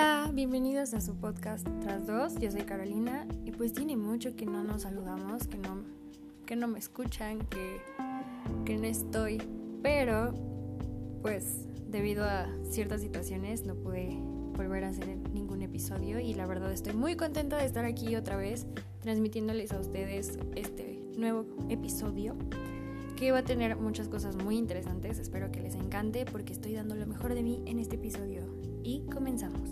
Hola, bienvenidos a su podcast Tras Dos. Yo soy Carolina y pues tiene mucho que no nos saludamos, que no me escuchan, que no estoy, pero pues debido a ciertas situaciones no pude volver a hacer ningún episodio y la verdad estoy muy contenta de estar aquí otra vez transmitiéndoles a ustedes este nuevo episodio que va a tener muchas cosas muy interesantes. Espero que les encante porque estoy dando lo mejor de mí en este episodio. Y comenzamos.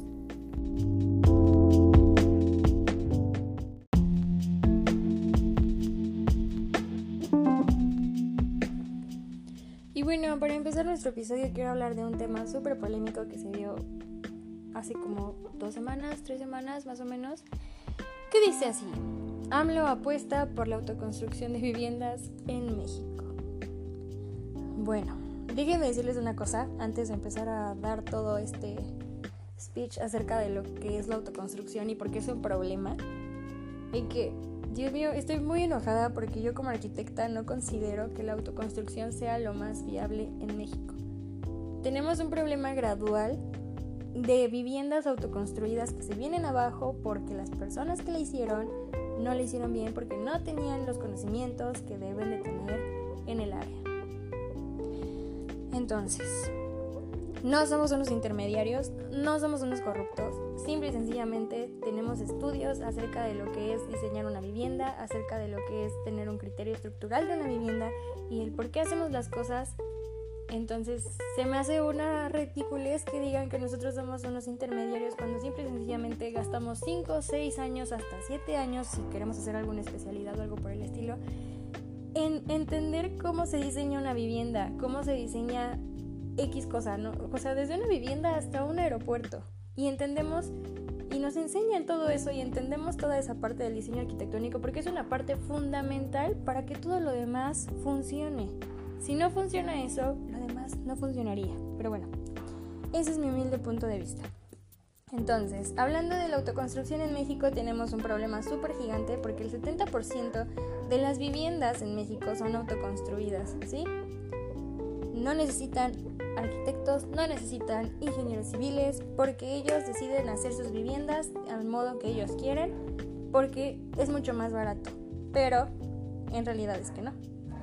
Y bueno, para empezar nuestro episodio quiero hablar de un tema súper polémico que se dio hace como 3 semanas más o menos, que dice así: AMLO apuesta por la autoconstrucción de viviendas en México. Bueno, déjenme decirles una cosa antes de empezar a dar todo este speech acerca de lo que es la autoconstrucción y por qué es un problema. Y que, Dios mío, estoy muy enojada porque yo como arquitecta no considero que la autoconstrucción sea lo más viable en México. Tenemos un problema gradual de viviendas autoconstruidas que se vienen abajo porque las personas que la hicieron no la hicieron bien, porque no tenían los conocimientos que deben de tener en el área. Entonces, no somos unos intermediarios, no somos unos corruptos, simple y sencillamente tenemos estudios acerca de lo que es diseñar una vivienda, acerca de lo que es tener un criterio estructural de una vivienda y el por qué hacemos las cosas. Entonces, se me hace una ridiculez que digan que nosotros somos unos intermediarios cuando simple y sencillamente gastamos 5, 6 años, hasta 7 años, si queremos hacer alguna especialidad o algo por el estilo, en entender cómo se diseña una vivienda, cómo se diseña X cosa, ¿no? O sea, desde una vivienda hasta un aeropuerto. Y entendemos y nos enseñan todo eso y entendemos toda esa parte del diseño arquitectónico porque es una parte fundamental para que todo lo demás funcione. Si no funciona eso, lo demás no funcionaría. Pero bueno, ese es mi humilde punto de vista. Entonces, hablando de la autoconstrucción en México, tenemos un problema súper gigante porque el 70% de las viviendas en México son autoconstruidas, ¿sí? No necesitan arquitectos, no necesitan ingenieros civiles, porque ellos deciden hacer sus viviendas al modo que ellos quieren, porque es mucho más barato. Pero en realidad es que no.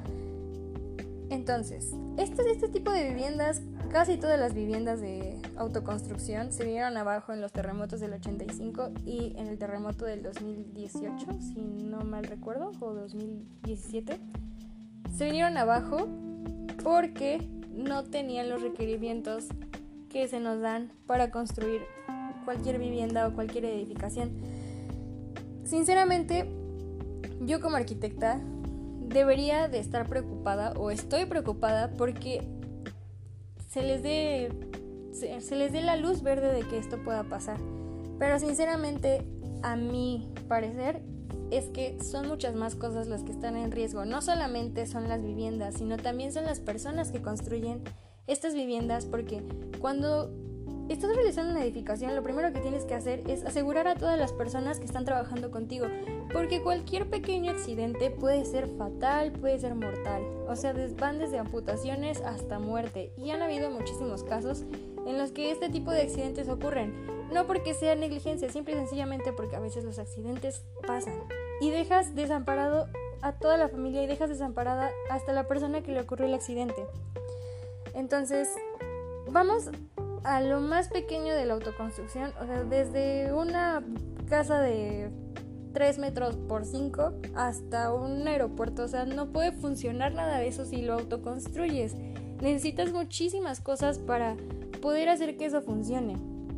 Entonces, este tipo de viviendas, casi todas las viviendas de autoconstrucción se vinieron abajo en los terremotos del 85 y en el terremoto del 2018, si no mal recuerdo, o 2017. Se vinieron abajo porque no tenían los requerimientos que se nos dan para construir cualquier vivienda o cualquier edificación. Sinceramente, yo como arquitecta debería de estar preocupada o estoy preocupada porque se les dé la luz verde de que esto pueda pasar. Pero sinceramente, a mi parecer, es que son muchas más cosas las que están en riesgo. No solamente son las viviendas, sino también son las personas que construyen estas viviendas, porque cuando estás realizando una edificación, lo primero que tienes que hacer es asegurar a todas las personas que están trabajando contigo, porque cualquier pequeño accidente puede ser fatal, puede ser mortal. O sea, van desde amputaciones hasta muerte. Y han habido muchísimos casos en los que este tipo de accidentes ocurren. No porque sea negligencia, simple y sencillamente porque a veces los accidentes pasan. Y dejas desamparado a toda la familia y dejas desamparada hasta la persona que le ocurrió el accidente. Entonces, vamos a lo más pequeño de la autoconstrucción. O sea, desde una casa de 3 metros por 5 hasta un aeropuerto. O sea, no puede funcionar nada de eso si lo autoconstruyes. Necesitas muchísimas cosas para poder hacer que eso funcione.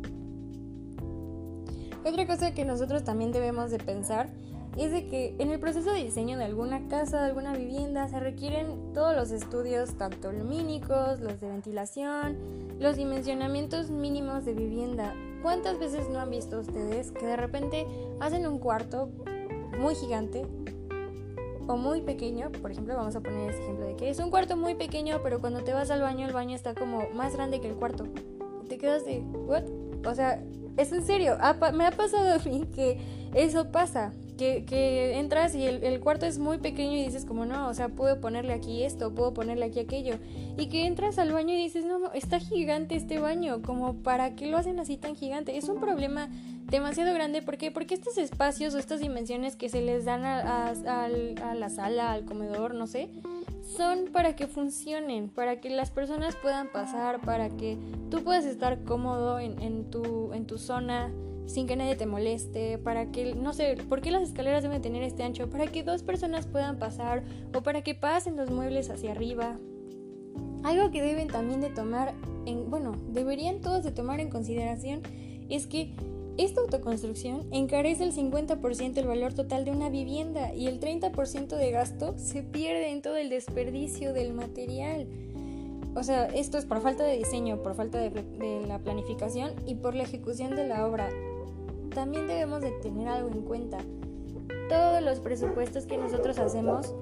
Otra cosa que nosotros también debemos de pensar es de que en el proceso de diseño de alguna casa, de alguna vivienda, se requieren todos los estudios, tanto lumínicos, los de ventilación, los dimensionamientos mínimos de vivienda. ¿Cuántas veces no han visto ustedes que de repente hacen un cuarto muy gigante o muy pequeño? Por ejemplo, vamos a poner ese ejemplo de que es un cuarto muy pequeño, pero cuando te vas al baño, el baño está como más grande que el cuarto. Te quedas de, ¿what? O sea, es en serio, me ha pasado a mí que eso pasa, que entras y el cuarto es muy pequeño y dices como no, o sea, puedo ponerle aquí esto, puedo ponerle aquí aquello, y que entras al baño y dices no, está gigante este baño, como para qué lo hacen así tan gigante. Es un problema demasiado grande. ¿Por qué? Porque estos espacios o estas dimensiones que se les dan a la sala, al comedor, no sé, son para que funcionen, para que las personas puedan pasar, para que tú puedas estar cómodo en tu zona sin que nadie te moleste, para que, no sé, ¿por qué las escaleras deben tener este ancho? Para que 2 personas puedan pasar o para que pasen los muebles hacia arriba. Algo que deben también de tomar deberían todos de tomar en consideración es que esta autoconstrucción encarece el 50% el valor total de una vivienda y el 30% de gasto se pierde en todo el desperdicio del material. O sea, esto es por falta de diseño, por falta de la planificación y por la ejecución de la obra. También debemos de tener algo en cuenta. Todos los presupuestos que nosotros hacemos,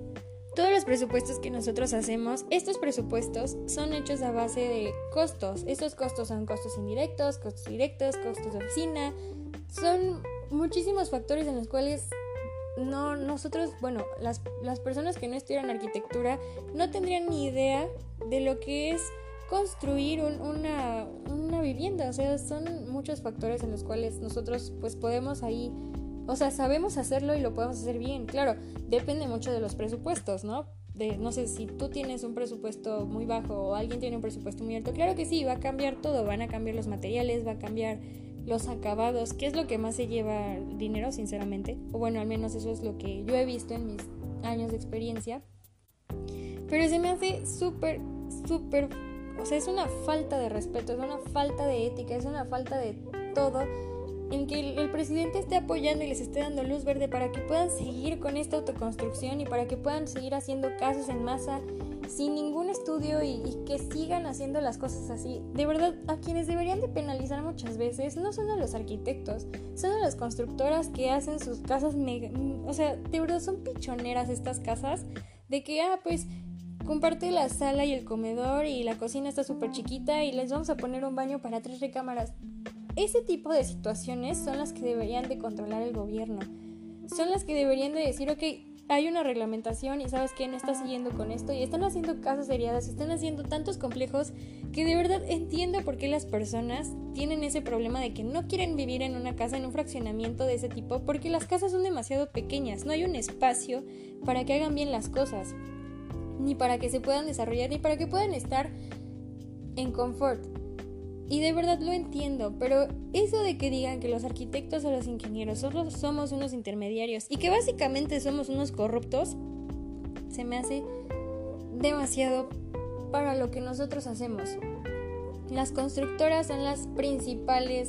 estos presupuestos son hechos a base de costos. Estos costos son costos indirectos, costos directos, costos de oficina. Son muchísimos factores en los cuales las personas que no estudian arquitectura no tendrían ni idea de lo que es construir una vivienda. O sea, son muchos factores en los cuales nosotros pues podemos ahí, o sea, sabemos hacerlo y lo podemos hacer bien. Claro, depende mucho de los presupuestos, ¿no? No sé, si tú tienes un presupuesto muy bajo o alguien tiene un presupuesto muy alto, claro que sí, va a cambiar todo, van a cambiar los materiales, va a cambiar los acabados, que es lo que más se lleva dinero, sinceramente. O bueno, al menos eso es lo que yo he visto en mis años de experiencia. Pero se me hace súper, o sea, es una falta de respeto, es una falta de ética, es una falta de todo, en que el presidente esté apoyando y les esté dando luz verde para que puedan seguir con esta autoconstrucción y para que puedan seguir haciendo casos en masa sin ningún estudio y que sigan haciendo las cosas así. De verdad, a quienes deberían de penalizar muchas veces no son a los arquitectos, son a las constructoras que hacen sus casas o sea, de verdad son pichoneras estas casas, de que pues comparte la sala y el comedor y la cocina está súper chiquita y les vamos a poner un baño para 3 recámaras. Ese tipo de situaciones son las que deberían de controlar el gobierno. Son las que deberían de decir, ok, hay una reglamentación y sabes que no está siguiendo con esto y están haciendo casas seriadas, están haciendo tantos complejos que de verdad entiendo por qué las personas tienen ese problema de que no quieren vivir en una casa, en un fraccionamiento de ese tipo, porque las casas son demasiado pequeñas, no hay un espacio para que hagan bien las cosas, ni para que se puedan desarrollar, ni para que puedan estar en confort. Y de verdad lo entiendo, pero eso de que digan que los arquitectos o los ingenieros solo somos unos intermediarios y que básicamente somos unos corruptos, se me hace demasiado para lo que nosotros hacemos. Las constructoras son las principales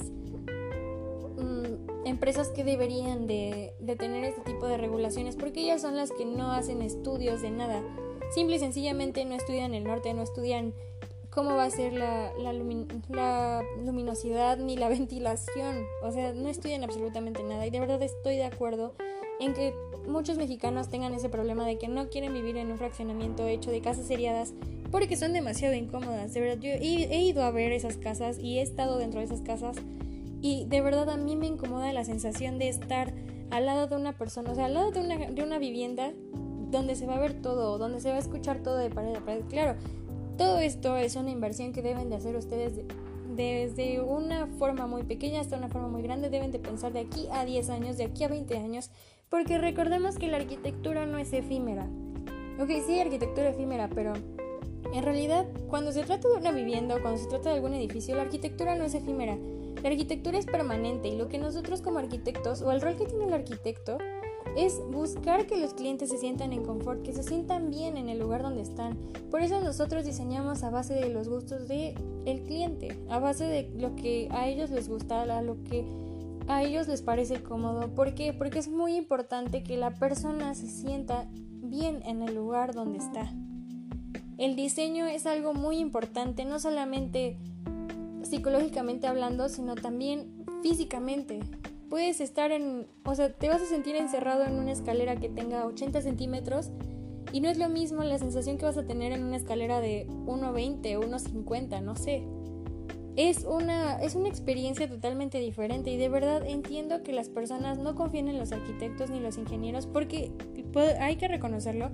empresas que deberían de tener este tipo de regulaciones, porque ellas son las que no hacen estudios de nada. Simple y sencillamente no estudian el norte, no estudian cómo va a ser la luminosidad ni la ventilación. O sea, no estudian absolutamente nada. Y de verdad estoy de acuerdo en que muchos mexicanos tengan ese problema de que no quieren vivir en un fraccionamiento hecho de casas seriadas porque son demasiado incómodas. De verdad, yo he ido a ver esas casas y he estado dentro de esas casas y de verdad a mí me incomoda la sensación de estar al lado de una persona, o sea, al lado de una vivienda donde se va a ver todo, donde se va a escuchar todo de pared a pared. Claro, todo esto es una inversión que deben de hacer ustedes desde una forma muy pequeña hasta una forma muy grande. Deben de pensar de aquí a 10 años, de aquí a 20 años, porque recordemos que la arquitectura no es efímera. Ok, sí, arquitectura efímera, pero en realidad cuando se trata de una vivienda o cuando se trata de algún edificio, la arquitectura no es efímera. La arquitectura es permanente y lo que nosotros como arquitectos, o el rol que tiene el arquitecto, es buscar que los clientes se sientan en confort, que se sientan bien en el lugar donde están. Por eso nosotros diseñamos a base de los gustos del cliente, a base de lo que a ellos les gusta, a lo que a ellos les parece cómodo. ¿Por qué? Porque es muy importante que la persona se sienta bien en el lugar donde está. El diseño es algo muy importante, no solamente psicológicamente hablando, sino también físicamente. Puedes estar te vas a sentir encerrado en una escalera que tenga 80 centímetros y no es lo mismo la sensación que vas a tener en una escalera de 1.20 o 1.50, no sé. es una experiencia totalmente diferente, y de verdad entiendo que las personas no confíen en los arquitectos ni los ingenieros, porque hay que reconocerlo.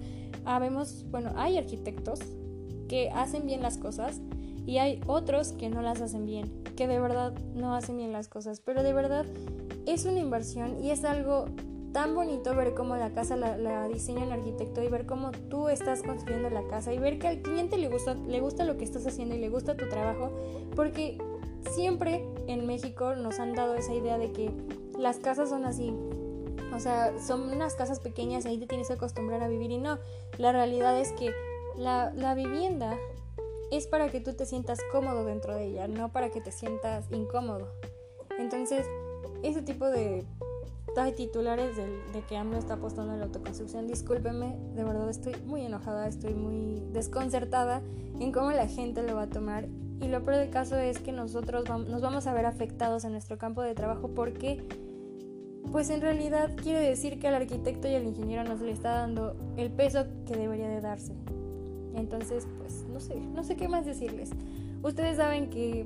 Hay arquitectos que hacen bien las cosas y hay otros que no las hacen bien, que de verdad no hacen bien las cosas, pero de verdad es una inversión y es algo tan bonito ver cómo la casa la diseña un arquitecto, y ver cómo tú estás construyendo la casa, y ver que al cliente le gusta lo que estás haciendo y le gusta tu trabajo, porque siempre en México nos han dado esa idea de que las casas son así, o sea, son unas casas pequeñas y ahí te tienes que acostumbrar a vivir, y no, la realidad es que la vivienda es para que tú te sientas cómodo dentro de ella, no para que te sientas incómodo. Entonces, ese tipo de titulares de que AMLO está apostando a la autoconstrucción, discúlpenme, de verdad estoy muy enojada, estoy muy desconcertada en cómo la gente lo va a tomar, y lo peor del caso es que nosotros nos vamos a ver afectados en nuestro campo de trabajo, porque pues en realidad quiere decir que al arquitecto y al ingeniero no se le está dando el peso que debería de darse. Entonces, pues no sé qué más decirles. Ustedes saben que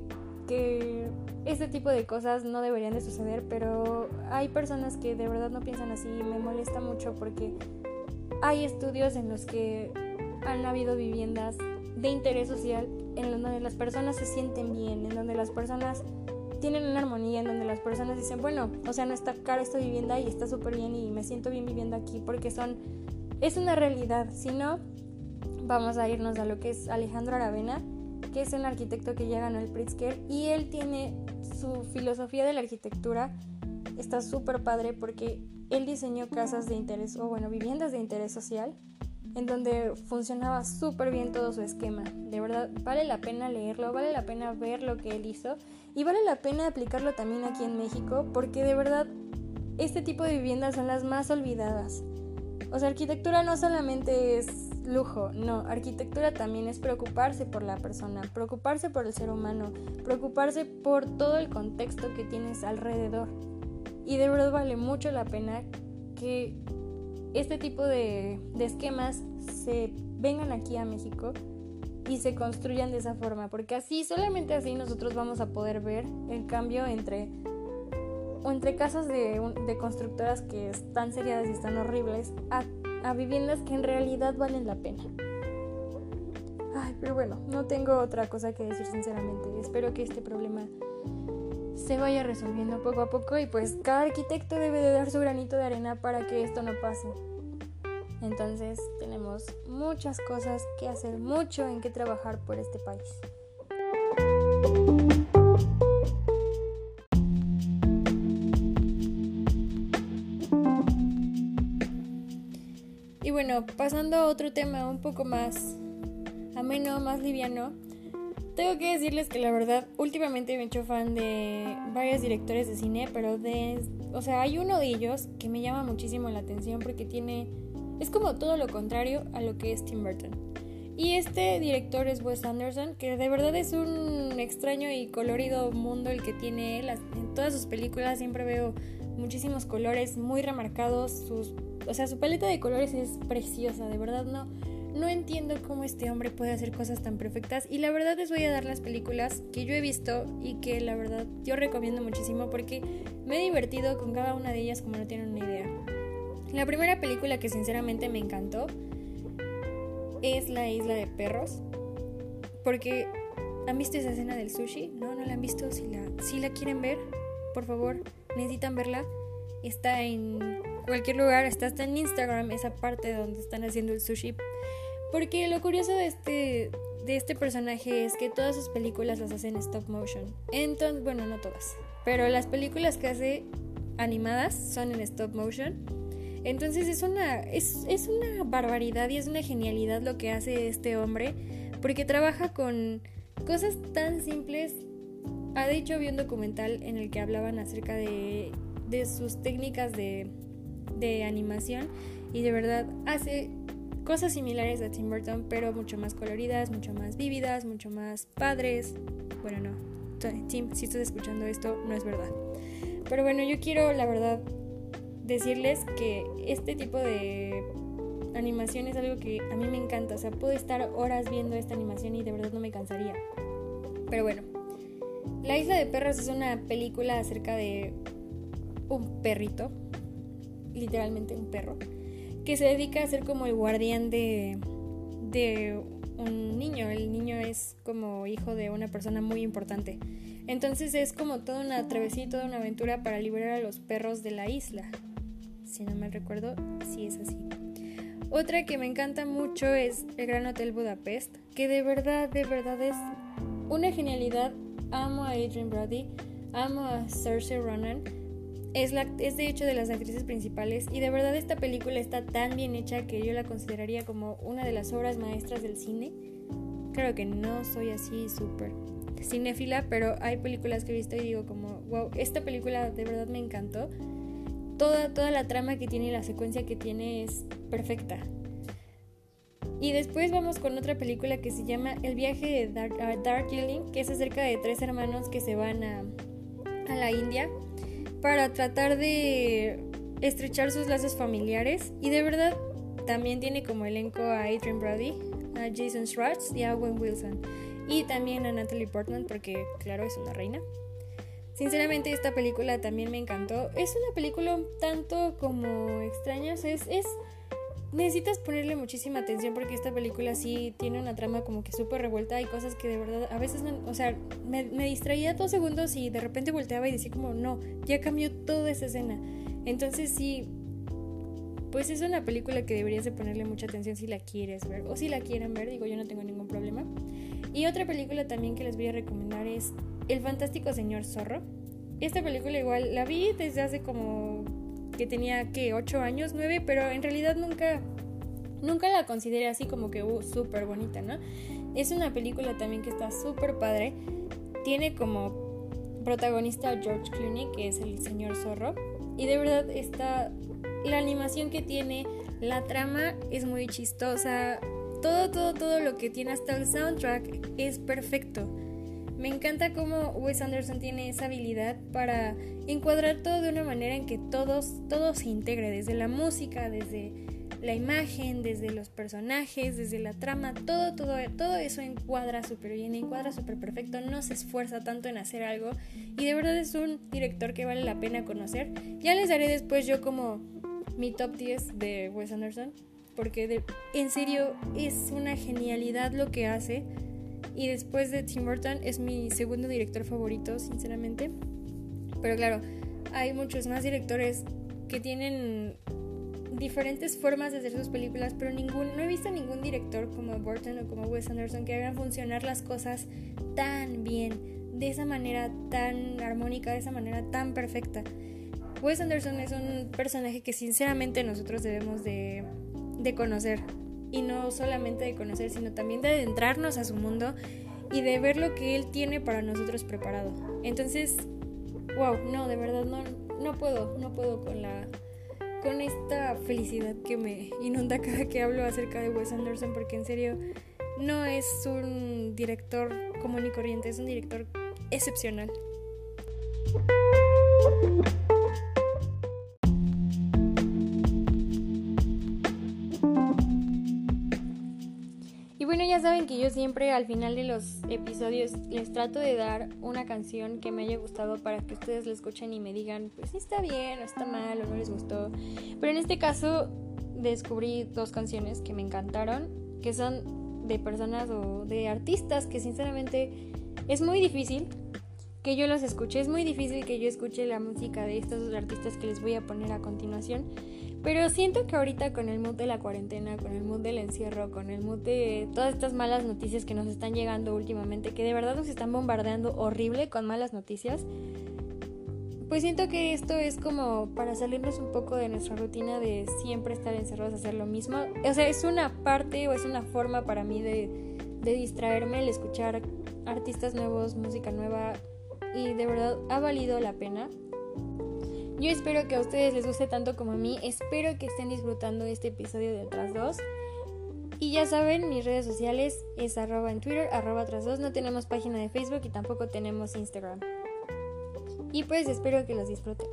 este tipo de cosas no deberían de suceder, pero hay personas que de verdad no piensan así, y me molesta mucho porque hay estudios en los que han habido viviendas de interés social en donde las personas se sienten bien, en donde las personas tienen una armonía, en donde las personas dicen, bueno, o sea, no está cara esta vivienda y está súper bien y me siento bien viviendo aquí, porque es una realidad. Si no, vamos a irnos a lo que es Alejandro Aravena, que es el arquitecto que ya ganó el Pritzker, y él tiene su filosofía de la arquitectura, está súper padre porque él diseñó casas de interés, viviendas de interés social, en donde funcionaba súper bien todo su esquema. De verdad, vale la pena leerlo, vale la pena ver lo que él hizo, y vale la pena aplicarlo también aquí en México, porque de verdad este tipo de viviendas son las más olvidadas. O sea, arquitectura no solamente es lujo, no, arquitectura también es preocuparse por la persona, preocuparse por el ser humano, preocuparse por todo el contexto que tienes alrededor. Y de verdad vale mucho la pena que este tipo de esquemas se vengan aquí a México y se construyan de esa forma, porque solamente así nosotros vamos a poder ver el cambio entre casas de constructoras que están seriadas y están horribles a viviendas que en realidad valen la pena. Pero bueno, no tengo otra cosa que decir sinceramente. Espero que este problema se vaya resolviendo poco a poco, y pues cada arquitecto debe de dar su granito de arena para que esto no pase. Entonces tenemos muchas cosas que hacer, mucho en que trabajar por este país. Y bueno, pasando a otro tema un poco más ameno, más liviano, tengo que decirles que la verdad últimamente me he hecho fan de varios directores de cine, pero hay uno de ellos que me llama muchísimo la atención porque es como todo lo contrario a lo que es Tim Burton. Y este director es Wes Anderson, que de verdad es un extraño y colorido mundo el que tiene él. En todas sus películas siempre veo muchísimos colores muy remarcados. Su paleta de colores es preciosa, de verdad no entiendo cómo este hombre puede hacer cosas tan perfectas. Y la verdad les voy a dar las películas que yo he visto y que la verdad yo recomiendo muchísimo porque me he divertido con cada una de ellas como no tienen una idea. La primera película que sinceramente me encantó es La Isla de Perros, porque ¿han visto esa escena del sushi? No la han visto. Si la quieren ver, por favor, necesitan verla. Está en cualquier lugar, está hasta en Instagram esa parte donde están haciendo el sushi. Porque lo curioso de este personaje es que todas sus películas las hacen en stop motion. Entonces, no todas, pero las películas que hace animadas son en stop motion. Entonces es una barbaridad y es una genialidad lo que hace este hombre, porque trabaja con cosas tan simples. De hecho, vi un documental en el que hablaban acerca de sus técnicas de animación, y de verdad hace cosas similares a Tim Burton, pero mucho más coloridas, mucho más vívidas, mucho más padres. Bueno, no, Tim, si estás escuchando esto, no es verdad. Pero bueno, yo quiero, la verdad, decirles que este tipo de animación es algo que a mí me encanta. O sea, puedo estar horas viendo esta animación y de verdad no me cansaría. Pero bueno, La Isla de Perros es una película acerca de un perrito, literalmente un perro, que se dedica a ser como el guardián de un niño. El niño es como hijo de una persona muy importante. Entonces es como toda una travesía y toda una aventura para liberar a los perros de la isla. Si no mal recuerdo, sí es así. Otra que me encanta mucho es El Gran Hotel Budapest, que de verdad es una genialidad. Amo a Adrien Brody, amo a Saoirse Ronan. Es de hecho de las actrices principales y de verdad esta película está tan bien hecha que yo la consideraría como una de las obras maestras del cine. Claro que no soy así súper cinéfila, pero hay películas que he visto y digo como wow, esta película de verdad me encantó. Toda la trama que tiene y la secuencia que tiene es perfecta. Y después vamos con otra película que se llama El viaje de Darjeeling, que es acerca de 3 hermanos que se van a la India para tratar de estrechar sus lazos familiares. Y de verdad también tiene como elenco a Adrien Brody, a Jason Schwartz y a Owen Wilson. Y también a Natalie Portman porque claro, es una reina. Sinceramente esta película también me encantó. Es una película un tanto como extraña, o sea, necesitas ponerle muchísima atención porque esta película sí tiene una trama como que súper revuelta. Hay cosas que de verdad a veces no, o sea, me distraía 2 segundos y de repente volteaba y decía como no, ya cambió toda esa escena. Entonces sí, pues es una película que deberías de ponerle mucha atención si la quieres ver o si la quieren ver, digo yo no tengo ningún problema. Y otra película también que les voy a recomendar es El fantástico señor Zorro. Esta película igual la vi desde hace como que tenía 8 años, 9, pero en realidad nunca la consideré así como que súper bonita, ¿no? Es una película también que está súper padre. Tiene como protagonista a George Clooney, que es el señor Zorro, y de verdad la animación que tiene, la trama es muy chistosa, todo lo que tiene, hasta el soundtrack es perfecto. Me encanta cómo Wes Anderson tiene esa habilidad para encuadrar todo de una manera en que todo se integre, desde la música, desde la imagen, desde los personajes, desde la trama, todo eso encuadra súper bien, encuadra súper perfecto, no se esfuerza tanto en hacer algo y de verdad es un director que vale la pena conocer. Ya les daré después yo como mi top 10 de Wes Anderson, porque en serio es una genialidad lo que hace. Y después de Tim Burton es mi segundo director favorito, sinceramente. Pero claro, hay muchos más directores que tienen diferentes formas de hacer sus películas, pero no he visto ningún director como Burton o como Wes Anderson que hagan funcionar las cosas tan bien, de esa manera tan armónica, de esa manera tan perfecta. Wes Anderson es un personaje que sinceramente nosotros debemos de conocer. Y no solamente de conocer, sino también de adentrarnos a su mundo y de ver lo que él tiene para nosotros preparado. Entonces, wow, no, de verdad no puedo con esta felicidad que me inunda cada que hablo acerca de Wes Anderson, porque en serio no es un director común y corriente, es un director excepcional. Y bueno, ya saben que yo siempre al final de los episodios les trato de dar una canción que me haya gustado para que ustedes la escuchen y me digan pues si está bien o está mal o no les gustó. Pero en este caso descubrí 2 canciones que me encantaron, que son de personas o de artistas que sinceramente es muy difícil que yo los escuche, es muy difícil que yo escuche la música de estos 2 artistas que les voy a poner a continuación. Pero siento que ahorita con el mood de la cuarentena, con el mood del encierro, con el mood de todas estas malas noticias que nos están llegando últimamente, que de verdad nos están bombardeando horrible con malas noticias, pues siento que esto es como para salirnos un poco de nuestra rutina de siempre estar encerrados a hacer lo mismo. O sea, es una parte o es una forma para mí de distraerme, el escuchar artistas nuevos, música nueva, y de verdad ha valido la pena. Yo espero que a ustedes les guste tanto como a mí. Espero que estén disfrutando este episodio de Tras 2. Y ya saben, mis redes sociales es @ en Twitter, @Tras2. No tenemos página de Facebook y tampoco tenemos Instagram. Y pues espero que los disfruten.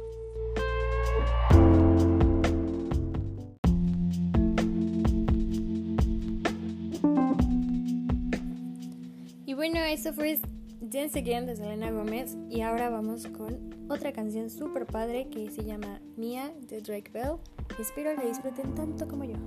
Y bueno, eso fue Se quedan de Selena Gómez y ahora vamos con otra canción súper padre que se llama Mia de Drake Bell. Espero la disfruten tanto como yo.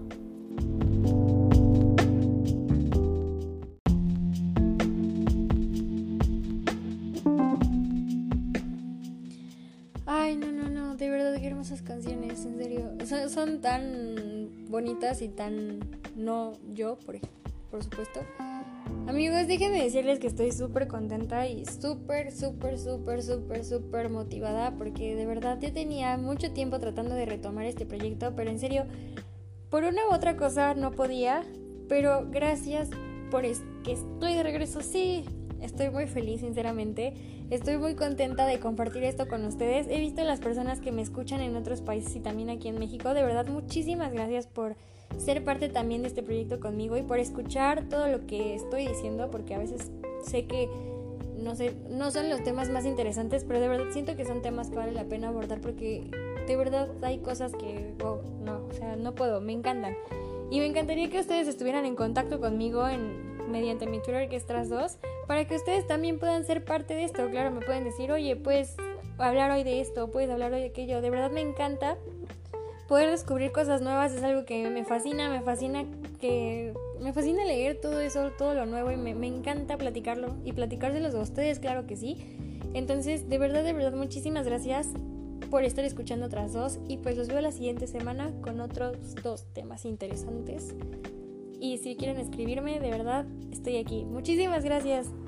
Ay, no, de verdad qué hermosas canciones, en serio. Son tan bonitas y tan no yo, por supuesto. Amigos, déjenme decirles que estoy súper contenta y súper motivada porque de verdad yo tenía mucho tiempo tratando de retomar este proyecto, pero en serio, por una u otra cosa no podía, pero gracias que estoy de regreso, sí, estoy muy feliz, sinceramente, estoy muy contenta de compartir esto con ustedes. He visto a las personas que me escuchan en otros países y también aquí en México, de verdad muchísimas gracias por ser parte también de este proyecto conmigo y por escuchar todo lo que estoy diciendo, porque a veces sé que no son los temas más interesantes, pero de verdad siento que son temas que vale la pena abordar porque de verdad hay cosas que no puedo, me encantan. Y me encantaría que ustedes estuvieran en contacto conmigo mediante mi Twitter, que es Tras2, para que ustedes también puedan ser parte de esto. Claro, me pueden decir, oye, puedes hablar hoy de esto, puedes hablar hoy de aquello. De verdad me encanta poder descubrir cosas nuevas, es algo que me fascina leer todo eso, todo lo nuevo, y me encanta platicarlo y platicárselos a ustedes, claro que sí. Entonces, de verdad, muchísimas gracias por estar escuchando Tras2 y pues los veo la siguiente semana con otros 2 temas interesantes. Y si quieren escribirme, de verdad, estoy aquí. Muchísimas gracias.